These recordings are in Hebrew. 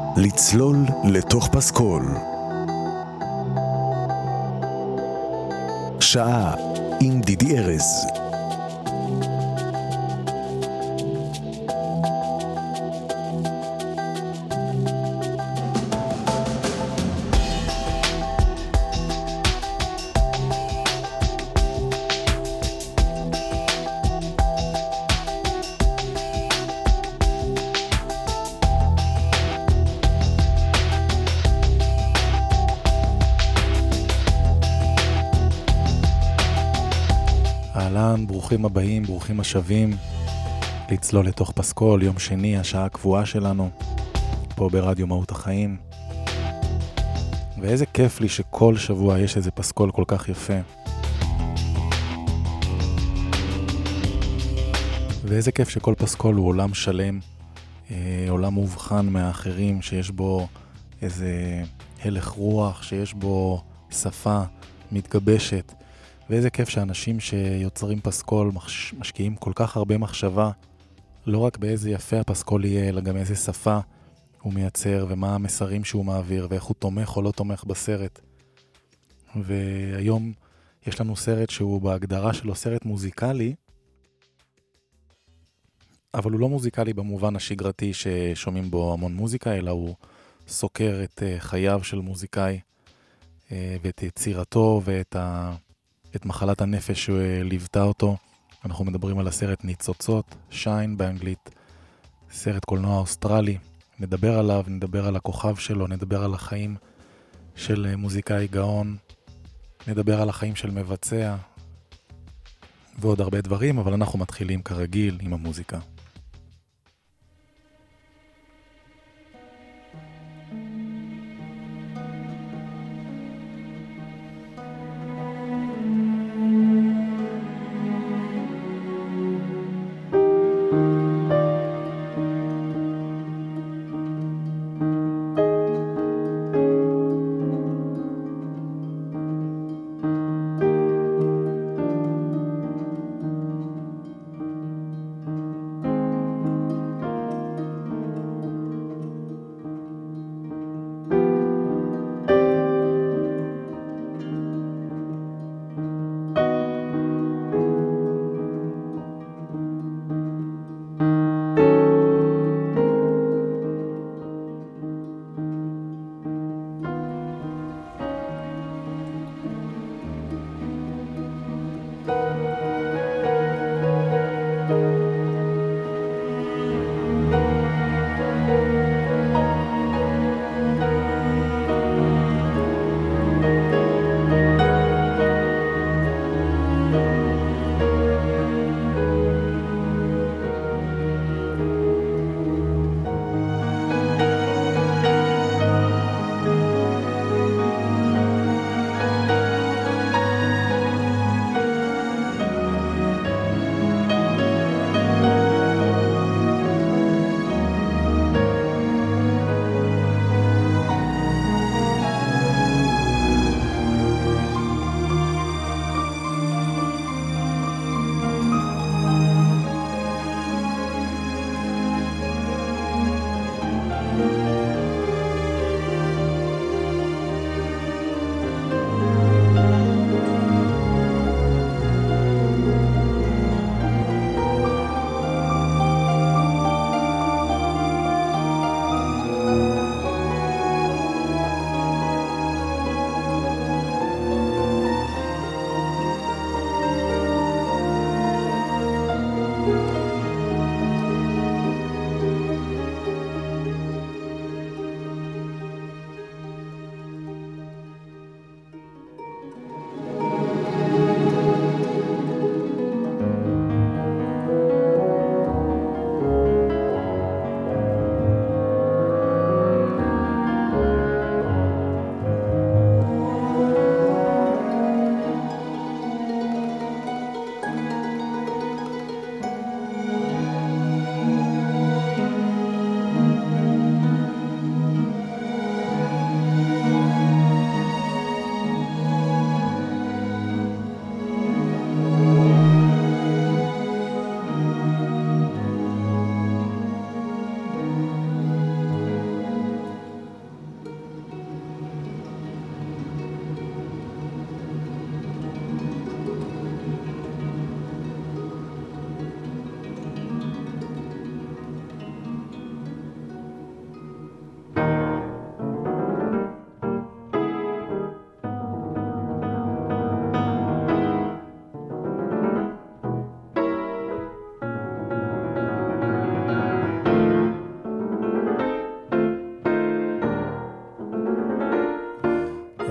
לצלול לתוך פסקול. שעה עם דידי ארז. אהלן, ברוכים הבאים, ברוכים השבים לצלול לתוך פסקול, יום שני, השעה הקבועה שלנו, פה ברדיו מהות החיים. ואיזה כיף לי שכל שבוע יש איזה פסקול כל כך יפה. ואיזה כיף שכל פסקול הוא עולם שלם, עולם מובחן מהאחרים, שיש בו איזה הלך רוח, שיש בו שפה מתגבשת. ואיזה כיף שאנשים שיוצרים פסקול משקיעים כל כך הרבה מחשבה, לא רק באיזה יפה הפסקול יהיה, אלא גם איזה שפה הוא מייצר, ומה המסרים שהוא מעביר, ואיך הוא תומך או לא תומך בסרט. והיום יש לנו סרט שהוא בהגדרה שלו סרט מוזיקלי, אבל הוא לא מוזיקלי במובן השגרתי ששומעים בו המון מוזיקה, אלא הוא סוקר את חייו של מוזיקאי, ואת יצירתו את מחלת הנפש שליוותה אותו. אנחנו מדברים על הסרט ניצוצות, שיין באנגלית, סרט קולנוע אוסטרלי. נדבר עליו, נדבר על הכוכב שלו, נדבר על החיים של מוזיקאי גאון, נדבר על החיים של מבצע ועוד הרבה דברים, אבל אנחנו מתחילים כרגיל עם המוזיקה.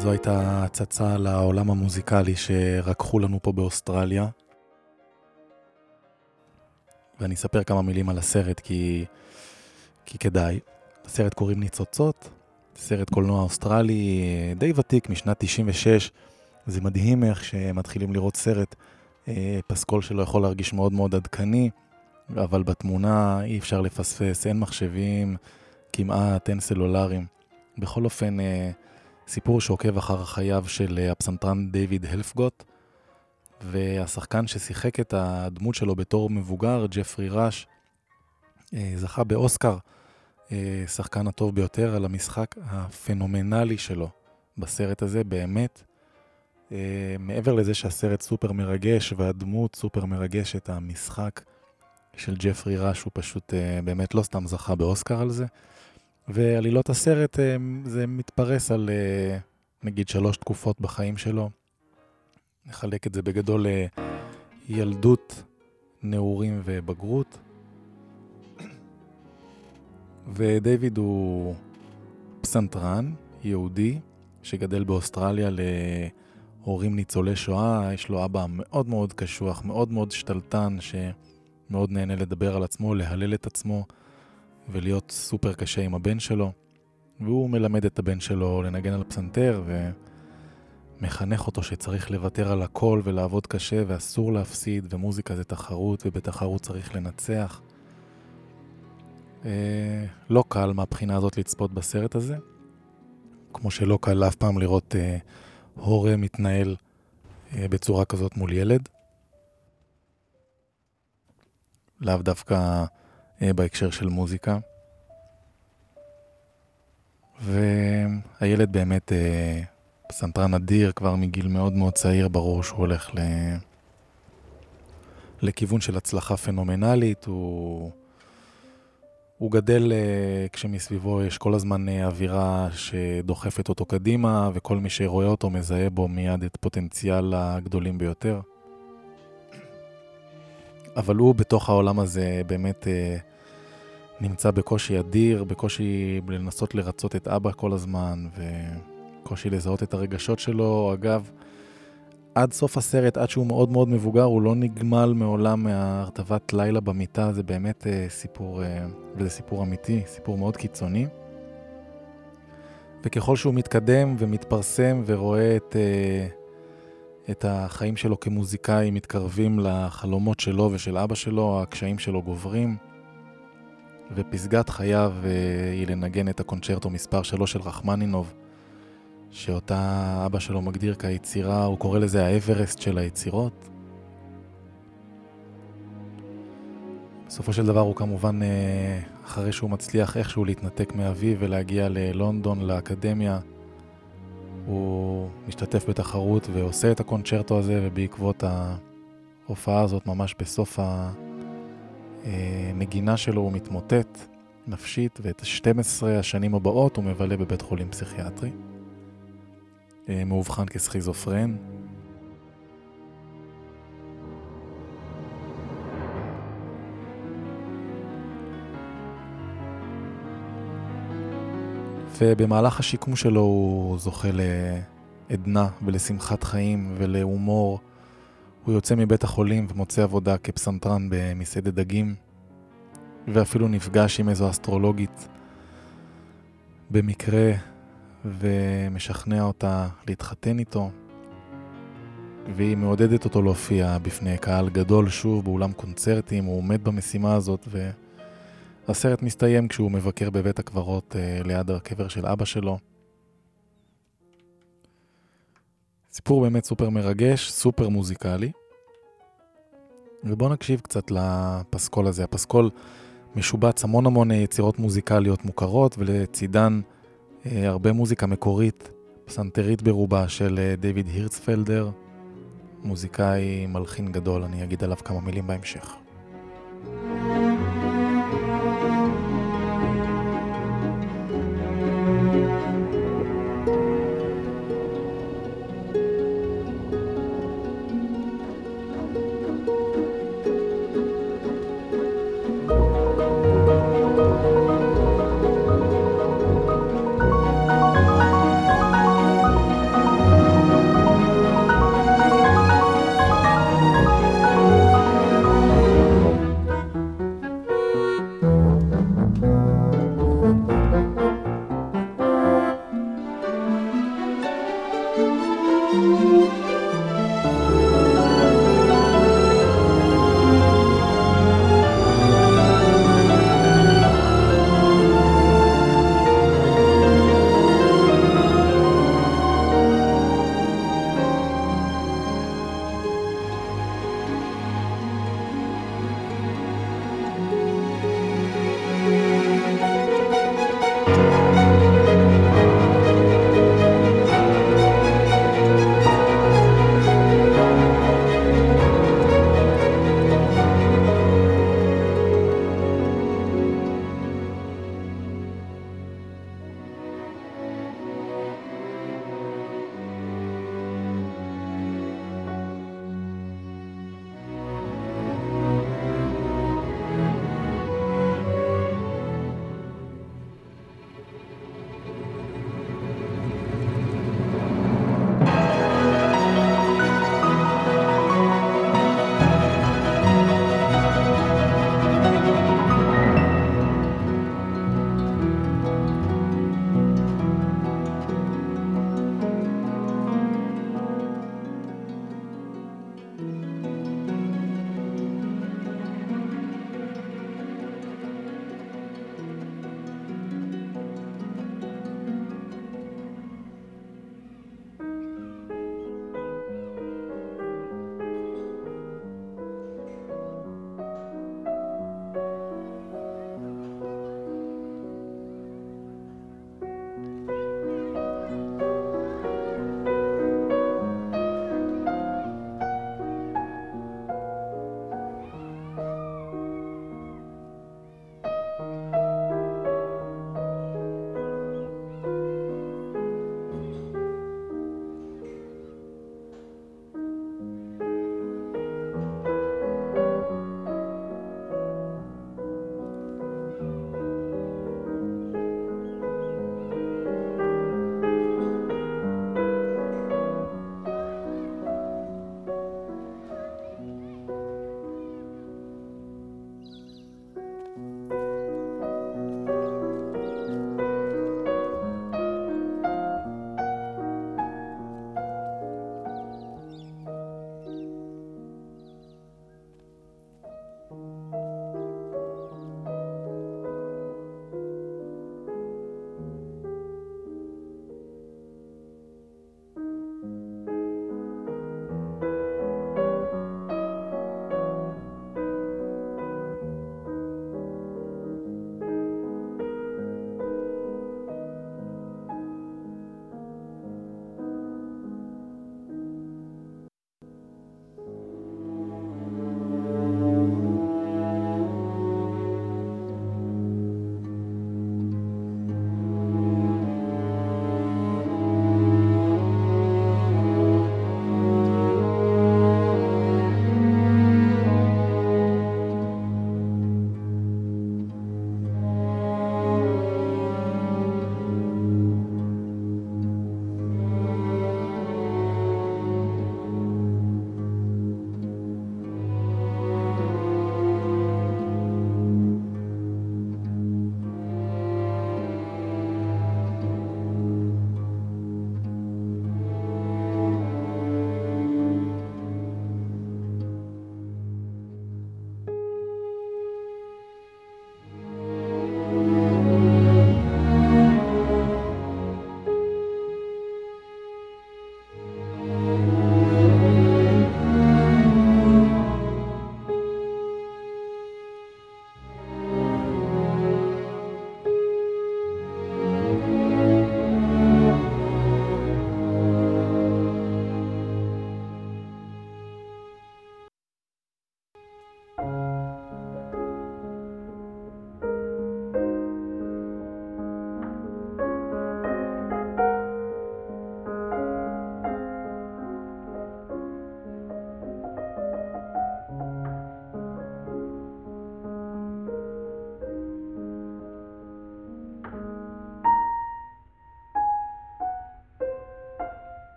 זו הייתה הצצה לעולם המוזיקלי שרקחו לנו פה באוסטרליה. ואני אספר כמה מילים על הסרט כי כדאי. הסרט קוראים ניצוצות, סרט קולנוע אוסטרלי די ותיק משנת 96. זה מדהים איך שמתחילים לראות סרט, פסקול שלו יכול להרגיש מאוד מאוד עדכני, אבל בתמונה אי אפשר לפספס, אין מחשבים, כמעט אין סלולרים. בכל אופן, סיפור שעוקב אחר חייו של הפסנתרן דיוויד הלפגוט, והשחקן ששיחק את הדמות שלו בתור מבוגר, ג'פרי ראש, זכה באוסקר, שחקן הטוב ביותר על המשחק הפנומנלי שלו בסרט הזה, באמת. מעבר לזה שהסרט סופר מרגש והדמות סופר מרגשת, המשחק של ג'פרי ראש הוא פשוט באמת לא סתם זכה באוסקר על זה. ועלילות הסרט זה מתפרס על נגיד 3 תקופות בחיים שלו. נחלק את זה בגדול לילדות, נעורים ובגרות. ודייוויד הוא פסנתרן יהודי שגדל באוסטרליה להורים ניצולי שואה. יש לו אבא מאוד מאוד קשוח, מאוד מאוד שתלטן, שמאוד נהנה לדבר על עצמו, להלל את עצמו ולהיות סופר קשה עם הבן שלו. והוא מלמד את הבן שלו לנגן על פסנתר ומחנך אותו שצריך לוותר על הכל ולעבוד קשה ואסור להפסיד, ומוזיקה זה תחרות ובתחרות צריך לנצח. לא קל מהבחינה הזאת לצפות בסרט הזה, כמו שלא קל אף פעם לראות הורה מתנהל בצורה כזאת מול ילד, לאו דווקא בהקשר של מוזיקה. והילד באמת פסנתרן אדיר, כבר מגיל מאוד מאוד צעיר ברור שהוא הולך לכיוון של הצלחה פנומנלית. הוא גדל כשמסביבו יש כל הזמן אווירה שדוחפת אותו קדימה, וכל מי שרואה אותו מזהה בו מיד את פוטנציאל הגדולים ביותר. אבל הוא בתוך העולם הזה באמת נמצא בקושי אדיר, בקושי לנסות לרצות את אבא כל הזמן, וקושי לזהות את הרגשות שלו. אגב, עד סוף הסרט, עד שהוא מאוד מאוד מבוגר, הוא לא נגמל מעולם מהרטבת לילה במיטה. זה באמת סיפור, וזה סיפור אמיתי, סיפור מאוד קיצוני. וככל שהוא מתקדם ומתפרסם ורואה את החיים שלו כמוזיקאי מתקרבים לחלומות שלו ושל אבא שלו, הקשיים שלו גוברים. ופסגת חייו היא לנגן את הקונצ'רטו מספר 3 של רחמנינוב, שאותה אבא שלו מגדיר כיצירה, הוא קורא לזה האברסט של היצירות. בסופו של דבר הוא כמובן, אחרי שהוא מצליח איכשהו להתנתק מאביו ולהגיע ללונדון, לאקדמיה, הוא משתתף בתחרות ועושה את הקונצ'רטו הזה, ובעקבות ההופעה הזאת, ממש בסוף הנגינה שלו, הוא מתמוטט נפשית, ואת 12 השנים הבאות הוא מבלה בבית חולים פסיכיאטרי. מאובחן כסכיזופרן. ובמהלך השיקום שלו הוא זוכה לעדנה ולשמחת חיים ולהומור. הוא יוצא מבית החולים ומוצא עבודה כפסנתרן במסעדת דגים, ואפילו נפגש עם איזו אסטרולוגית במקרה ומשכנע אותה להתחתן איתו, והיא מעודדת אותו להופיע בפני קהל גדול שוב באולם קונצרטים. הוא עומד במשימה הזאת, והסרט מסתיים כשהוא מבקר בבית הקברות ליד הקבר של אבא שלו. סיפור באמת סופר מרגש, סופר מוזיקלי. ובואו נקשיב קצת לפסקול הזה. הפסקול משובץ המון יצירות מוזיקליות מוכרות, ולצידן הרבה מוזיקה מקורית, פסנתרית ברובה, של דיוויד הירצפלדר, מוזיקאי מלחין גדול. אני אגיד עליו כמה מילים בהמשך.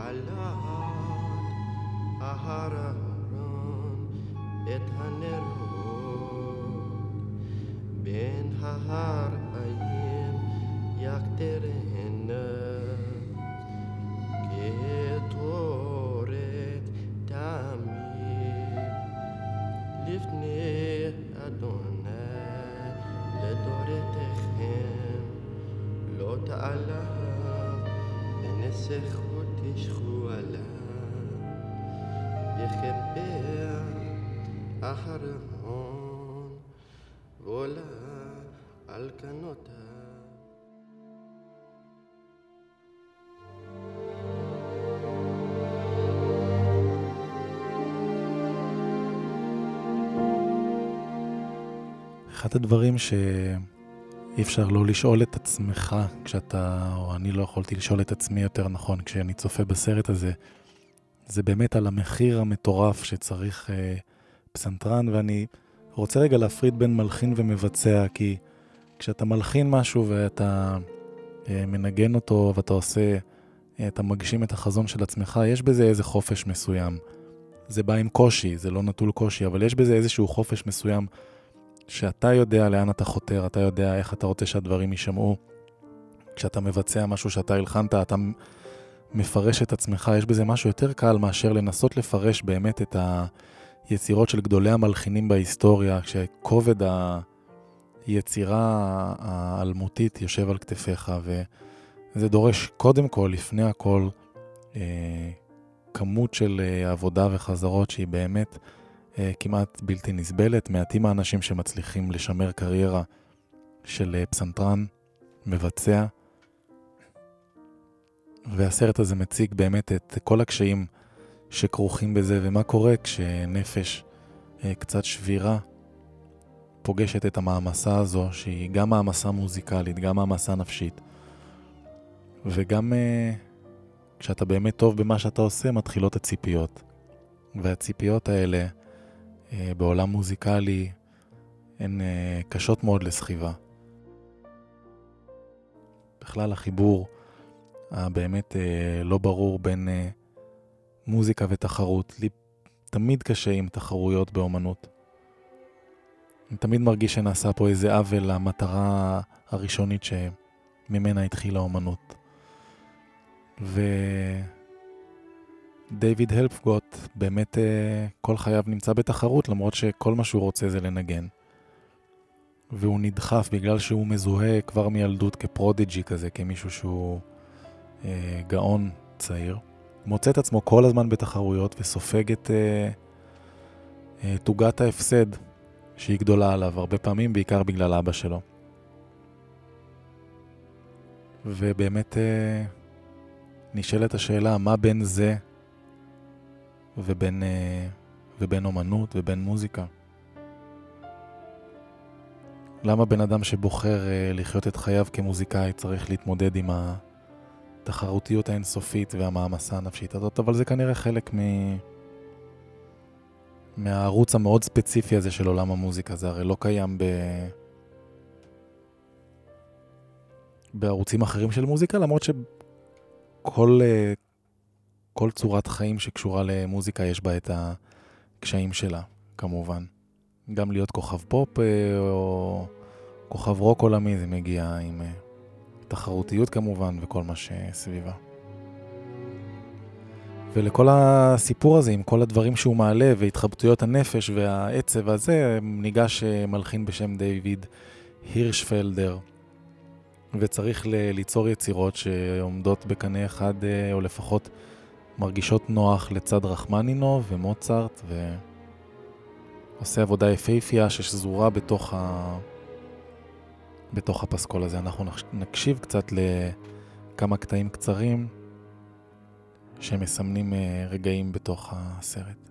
תעלת ההרון את הנרות בין ההרעים יקטרנה כתורת תמיד לפני אדוני לדורתכם לא תעלה בנסחו תשחו עליו יכפר אחרון ועולה על כנותיו. אחד הדברים שאי אפשר לא לשאול את עצמך כשאתה, או אני לא יכולתי לשאול את עצמי יותר נכון כשאני צופה בסרט הזה, זה באמת על המחיר המטורף שצריך פסנתרן, ואני רוצה רגע להפריד בין מלחין ומבצע, כי כשאתה מלחין משהו ואתה מנגן אותו ואתה עושה, אתה מגשים את החזון של עצמך, יש בזה איזה חופש מסוים. זה בא עם קושי, זה לא נטול קושי, אבל יש בזה איזשהו חופש מסוים שאתה יודע לאן אתה חותר, אתה יודע איך אתה רוצה שהדברים יישמעו. כשאתה מבצע משהו שאתה הלחנת, אתה מפרש את עצמך, יש בזה משהו יותר קל מאשר לנסות לפרש באמת את היצירות של גדולי המלחינים בהיסטוריה, כשכובד היצירה האלמותית יושב על כתפיך, וזה דורש קודם כל, לפני הכל, כמות של עבודה וחזרות שהיא באמת כמעט בלתי נסבלת. מעטים האנשים שמצליחים לשמר קריירה של פסנתרן, מבצע, והסרט הזה מציג באמת את כל הקשיים שכרוכים בזה, ומה קורה כשנפש קצת שבירה פוגשת את המעמסה הזו, שהיא גם מעמסה מוזיקלית, גם מעמסה נפשית, וגם כשאתה באמת טוב במה שאתה עושה, מתחילות הציפיות. והציפיות האלה בעולם מוזיקלי הן קשות מאוד לסחיבה. בכלל החיבור הבאמת לא ברור בין מוזיקה ותחרות. לי תמיד קשה עם תחרויות באומנות. אני תמיד מרגיש שנעשה פה איזה עוול למטרה הראשונית שממנה התחילה האומנות. ודייוויד הלפגוט באמת כל חייו נמצא בתחרות, למרות שכל מה שהוא רוצה זה לנגן. והוא נדחף בגלל שהוא מזוהה כבר מילדות כפרודיג'י כזה, כמישהו שהוא גאון צעיר. מוצא את עצמו כל הזמן בתחרויות וסופג את תוגת ההפסד שהיא גדולה עליו, הרבה פעמים בעיקר בגלל אבא שלו. ובאמת נשאלת השאלה, מה בין זה ובין אומנות ובין מוזיקה? למה בן אדם שבוחר לחיות את חייו כמוזיקאי צריך להתמודד עם התחרותיות האינסופית והמעמסה הנפשית הזאת? אבל זה כנראה חלק מהערוץ המאוד ספציפי הזה של עולם המוזיקה. זה הרי לא קיים בערוצים אחרים של מוזיקה, למרות שכל צורת חיים שקשורה למוזיקה יש בה את הקשיים שלה, כמובן. גם להיות כוכב פופ או כוכב רוק עולמי, זה מגיע עם תחרותיות כמובן וכל מה שסביבה. ולכל הסיפור הזה, עם כל הדברים שהוא מעלה והתחבטויות הנפש והעצב הזה, ניגש מלחין בשם דיוויד הירשפלדר, וצריך ליצור יצירות שעומדות בקנה אחד, או לפחות מרגישות נוח לצד רחמנינוב ומוצרט, ועושה עבודה יפהפייה ששזורה בתוך הפסקול הזה. אנחנו נקשיב קצת לכמה קטעים קצרים שמסמנים רגעים בתוך הסרט.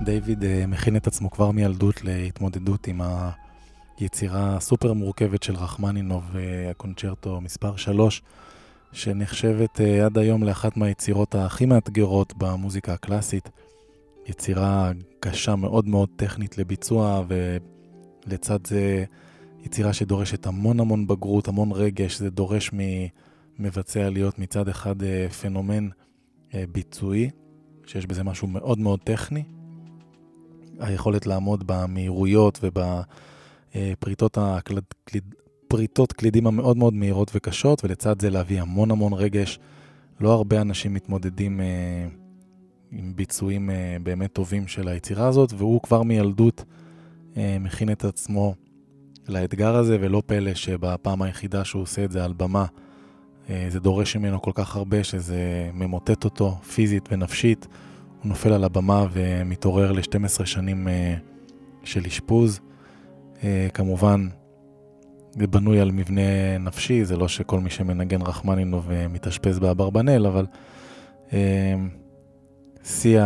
דיוויד מכין את עצמו כבר מילדות להתמודדות עם היצירה הסופר מורכבת של רחמנינוב, הקונצ'רטו מספר 3, שנחשבת עד היום לאחת מהיצירות הכי מאתגרות במוזיקה הקלאסית. יצירה קשה מאוד מאוד טכנית לביצוע, ולצד זה יצירה שדורשת המון בגרות, המון רגש. זה דורש ממבצע להיות מצד אחד פנומן ביצועי, שיש בזה משהו מאוד מאוד טכני. היכולת לעמוד במהירויות ובפריטות קלידים המאוד מאוד מהירות וקשות, ולצד זה להביא המון רגש. לא הרבה אנשים מתמודדים עם ביצועים באמת טובים של היצירה הזאת, והוא כבר מילדות מכין את עצמו לאתגר הזה, ולא פלא שבפעם היחידה שהוא עושה את זה על במה, זה דורש ממנו כל כך הרבה שזה ממוטט אותו פיזית ונפשית. הוא נופל על הבמה ומתעורר ל-12 שנים של אשפוז. כמובן, זה בנוי על מבנה נפשי, זה לא שכל מי שמנגן רחמנינוב מתאשפז באברבנל, אבל שיא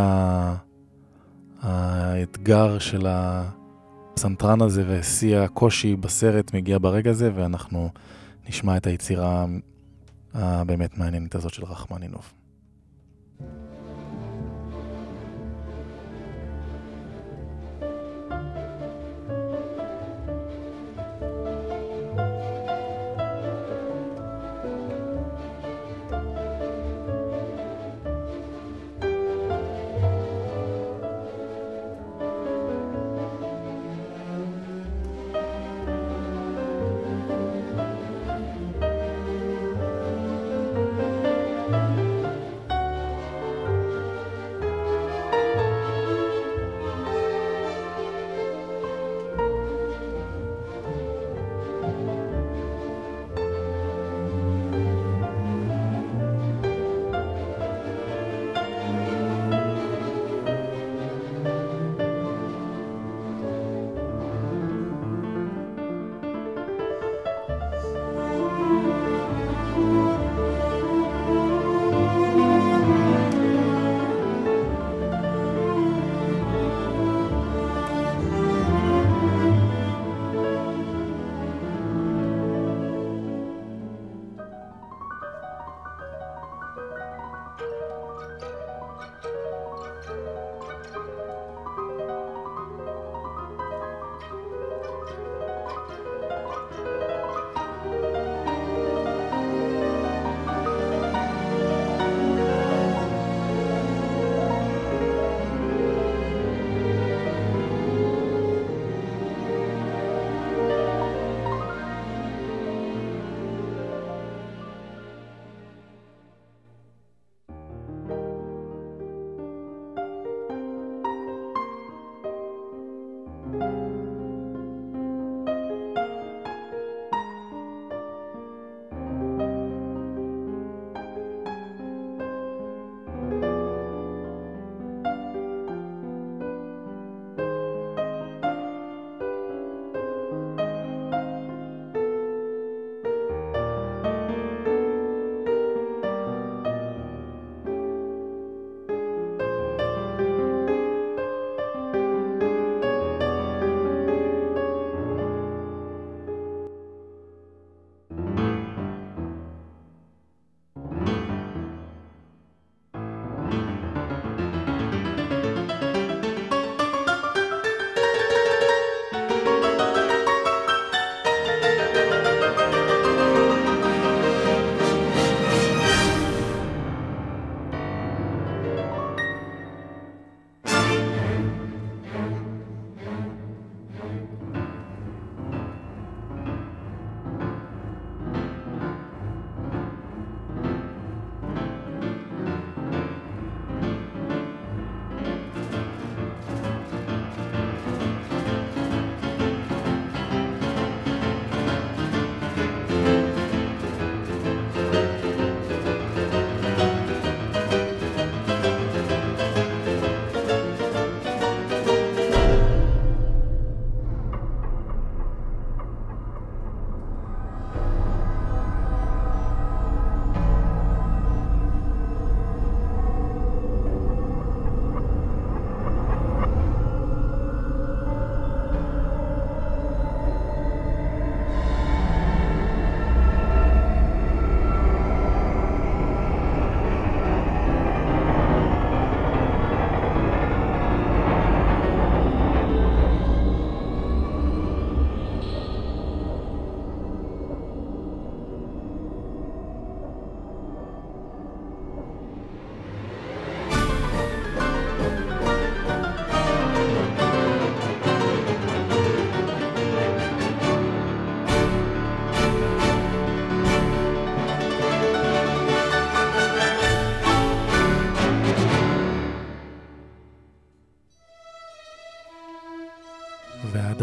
האתגר של הפסנתרן הזה ושיא הקושי בסרט מגיע ברגע הזה, ואנחנו נשמע את היצירה הבאמת מעניינת הזאת של רחמנינוב.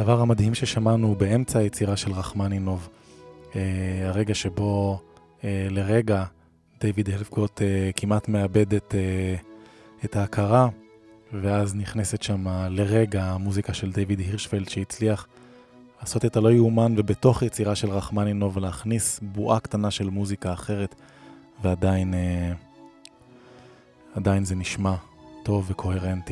הדבר המדהים ששמענו הוא באמצע היצירה של רחמנינוב, הרגע שבו לרגע דיוויד הלפגוט כמעט מאבד את ההכרה, ואז נכנסת שם לרגע המוזיקה של דיוויד הירשפלד שהצליח לעשות את הלא יאומן, ובתוך יצירה של רחמנינוב להכניס בועה קטנה של מוזיקה אחרת, ועדיין זה נשמע טוב וקוהרנטי.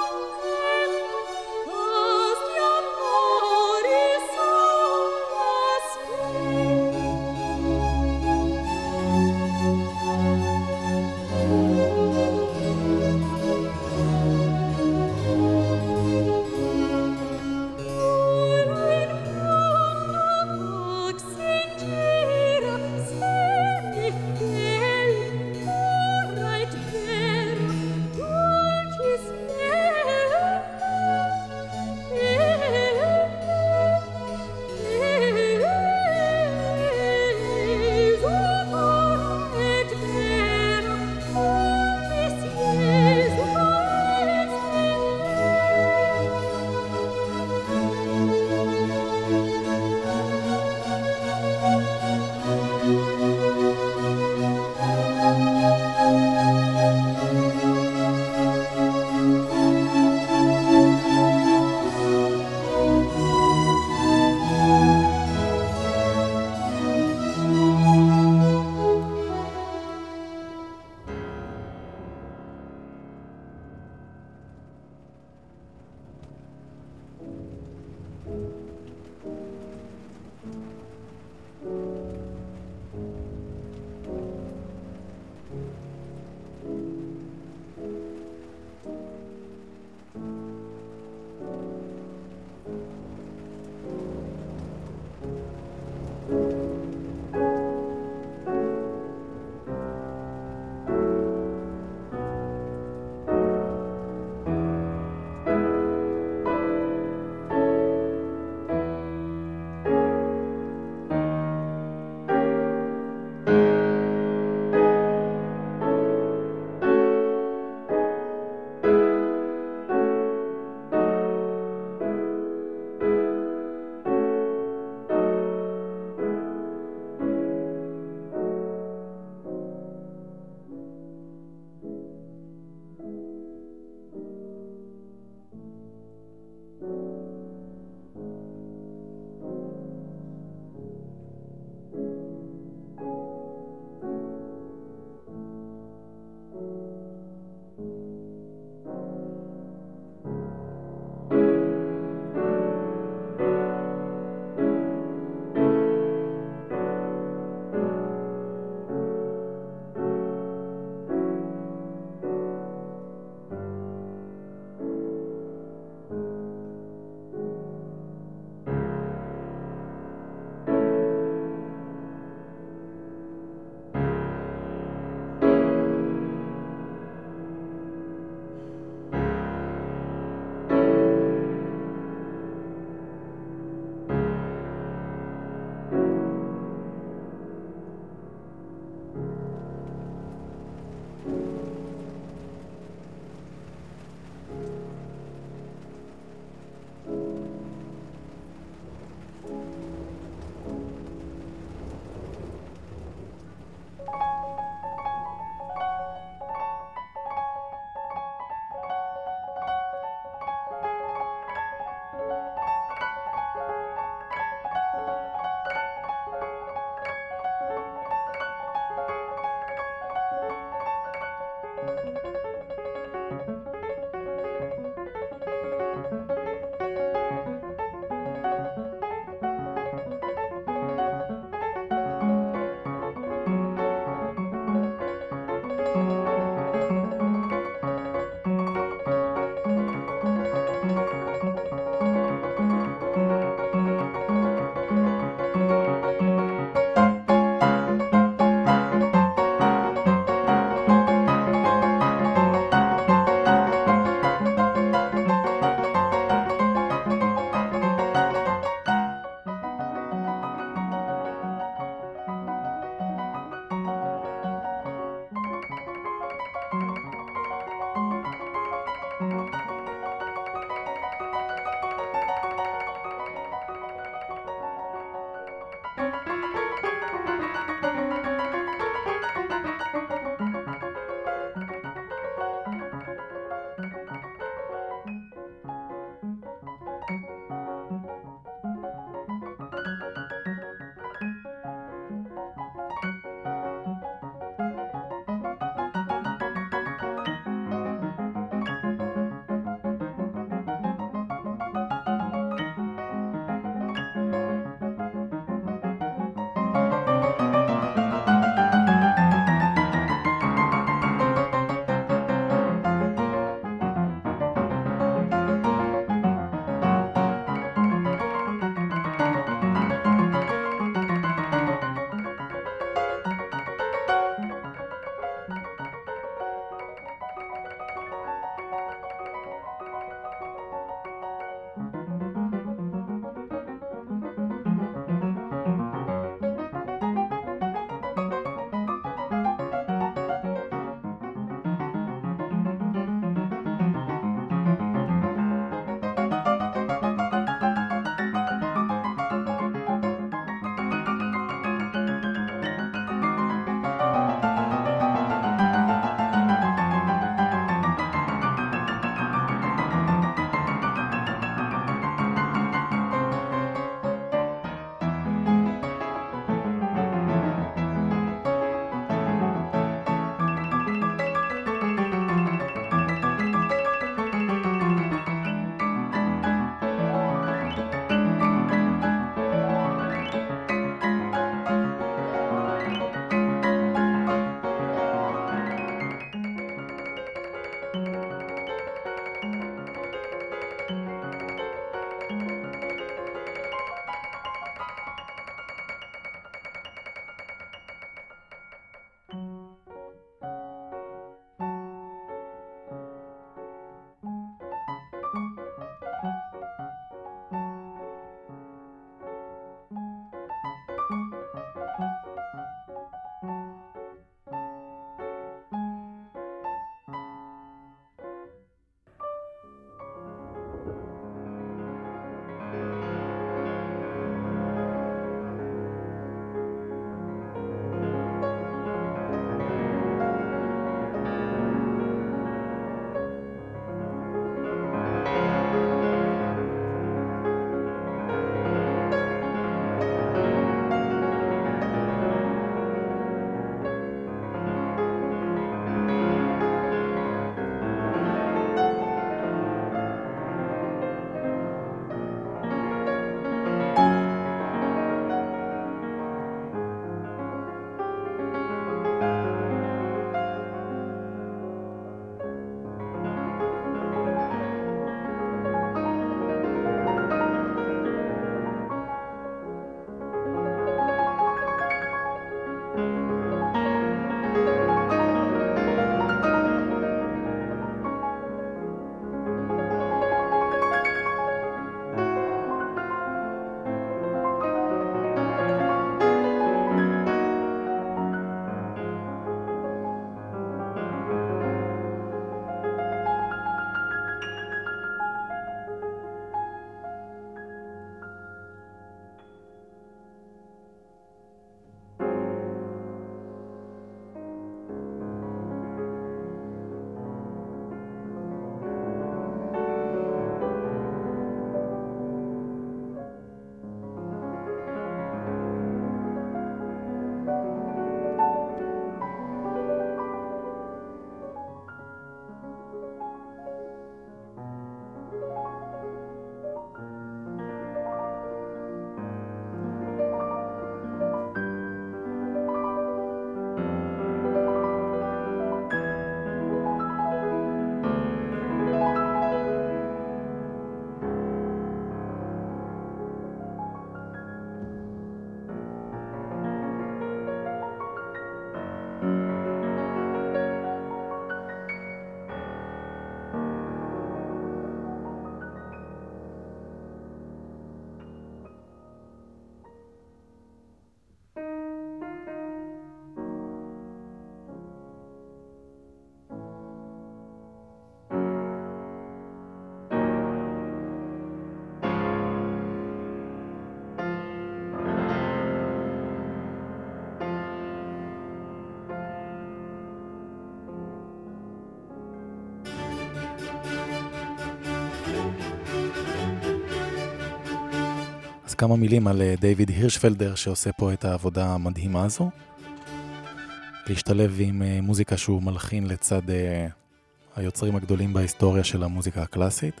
כמה מילים על דיוויד הירשפלדר שעושה פה את העבודה המדהימה הזו. להשתלב עם מוזיקה שהוא מלחין לצד היוצרים הגדולים בהיסטוריה של המוזיקה הקלאסית.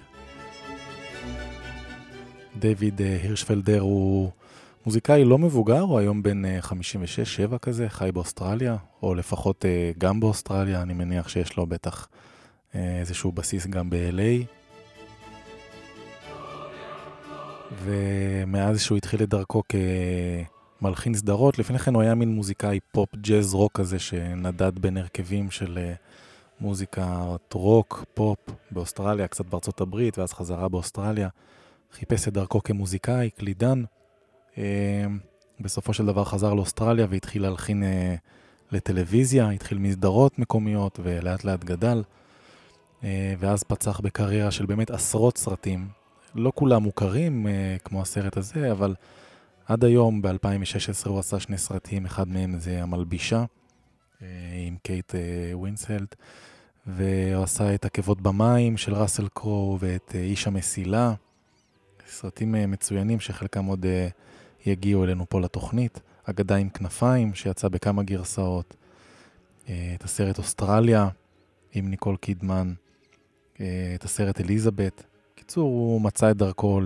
דיוויד הירשפלדר הוא מוזיקאי לא מבוגר, הוא היום בן 56-7 כזה, חי באוסטרליה, או לפחות גם באוסטרליה, אני מניח שיש לו בטח איזשהו בסיס גם ב-LA. ומאז שהוא התחיל את דרכו כמלחין סדרות, לפני כן הוא היה מין מוזיקאי פופ ג'אז רוק כזה שנדד בין הרכבים של מוזיקת רוק, פופ באוסטרליה, קצת בארצות הברית, ואז חזרה באוסטרליה. חיפש את דרכו כמוזיקאי, קלידן. בסופו של דבר חזר לאוסטרליה והתחיל להלחין לטלוויזיה, התחיל מסדרות מקומיות ולאט לאט גדל. ואז פצח בקריירה של באמת עשרות סרטים. לא כולם מוכרים כמו הסרט הזה, אבל עד היום ב-2016 הוא עשה 2 סרטים, אחד מהם זה המלבישה עם קייט ווינסלט, והוא עשה את עקבות במים של ראסל קרו ואת איש המסילה, סרטים מצוינים שחלקם עוד יגיעו אלינו פה לתוכנית. אגדה עם כנפיים שיצא בכמה גרסאות, את הסרט אוסטרליה עם ניקול קידמן, את הסרט אליזבת. קיצור, הוא מצא את דרכו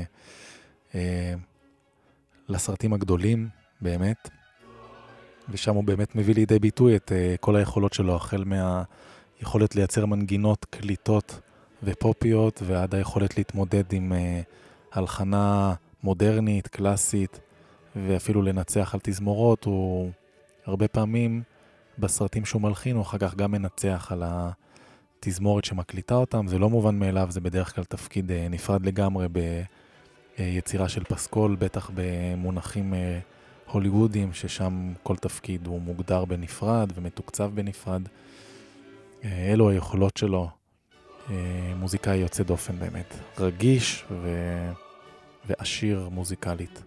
לסרטים הגדולים, באמת. ושם הוא באמת מביא לידי ביטוי את כל היכולות שלו, החל מהיכולת לייצר מנגינות, קליטות ופופיות, ועד היכולת להתמודד עם הלחנה מודרנית, קלאסית, ואפילו לנצח על תזמורות. הוא הרבה פעמים בסרטים שהוא מלחין, הוא אחר כך גם מנצח על תזמורת שמקליטה אותם. זה לא מובן מאליו, זה בדרך כלל תפקיד נפרד לגמרי ביצירה של פסקול, בטח במונחים הוליוודיים, ששם כל תפקיד הוא מוגדר בנפרד ומתוקצב בנפרד. אלו היכולות שלו, מוזיקאי יוצא דופן באמת, רגיש ועשיר מוזיקלית.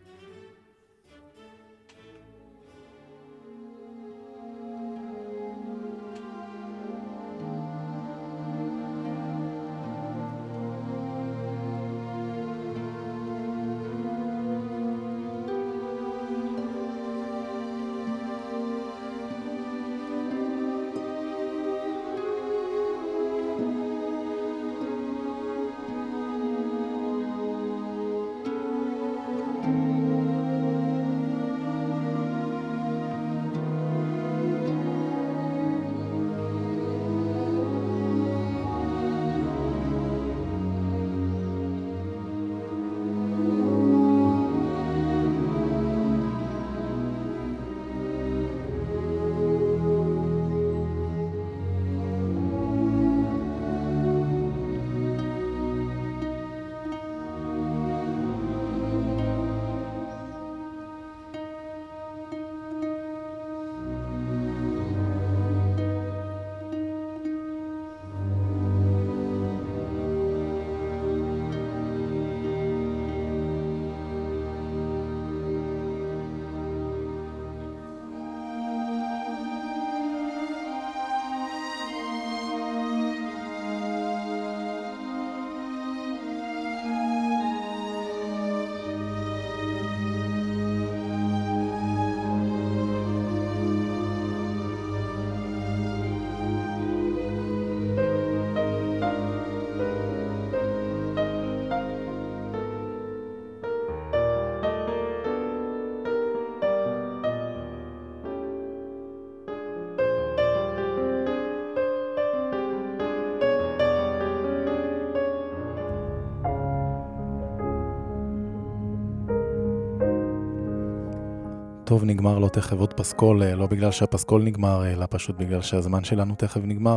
טוב, נגמר לו תכף עוד פסקול, לא בגלל שהפסקול נגמר, אלא פשוט בגלל שהזמן שלנו תכף נגמר.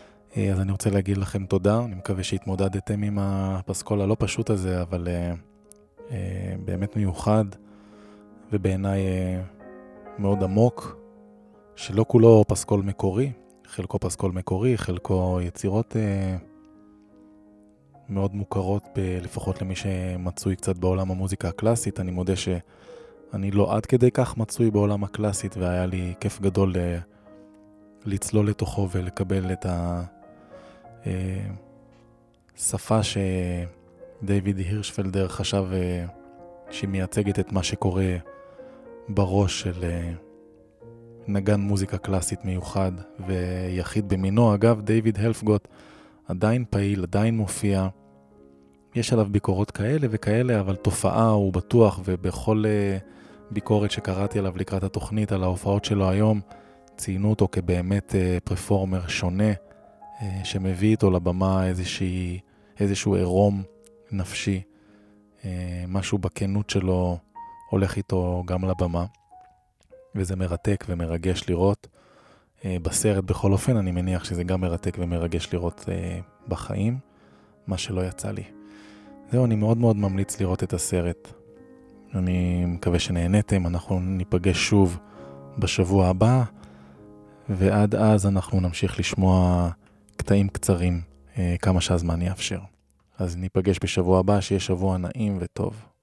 אז אני רוצה להגיד לכם תודה, אני מקווה שהתמודדתם עם הפסקול הלא פשוט הזה, אבל באמת מיוחד, ובעיניי מאוד עמוק, שלא כולו פסקול מקורי, חלקו פסקול מקורי, חלקו יצירות מאוד מוכרות, לפחות למי שמצוי קצת בעולם המוזיקה הקלאסית. אני מודה שאני לא עד כדי כך מצוי בעולם הקלאסית, והיה לי כיף גדול לצלול לתוכו ולקבל את השפה שדייוויד הירשפלדר חשב שהיא מייצגת את מה שקורה בראש של נגן מוזיקה קלאסית מיוחד ויחיד במינו. אגב, דיוויד הלפגוט עדיין פעיל, עדיין מופיע. יש עליו ביקורות כאלה וכאלה, אבל תופעה הוא בטוח, ובכל ביקורת שקראתי עליו לקראת התוכנית על ההופעות שלו היום, ציינו אותו כבאמת פרפורמר שונה, שמביא איתו לבמה איזשהו עירום נפשי, משהו בכנות שלו הולך איתו גם לבמה, וזה מרתק ומרגש לראות. בסרט בכל אופן, אני מניח שזה גם מרתק ומרגש לראות בחיים, מה שלא יצא לי. זהו, אני מאוד מאוד ממליץ לראות את הסרט. אני מקווה שנהנתם, אנחנו ניפגש שוב בשבוע הבא, ועד אז אנחנו נמשיך לשמוע קטעים קצרים, כמה שהזמן יאפשר. אז ניפגש בשבוע הבא, שיהיה שבוע נעים וטוב.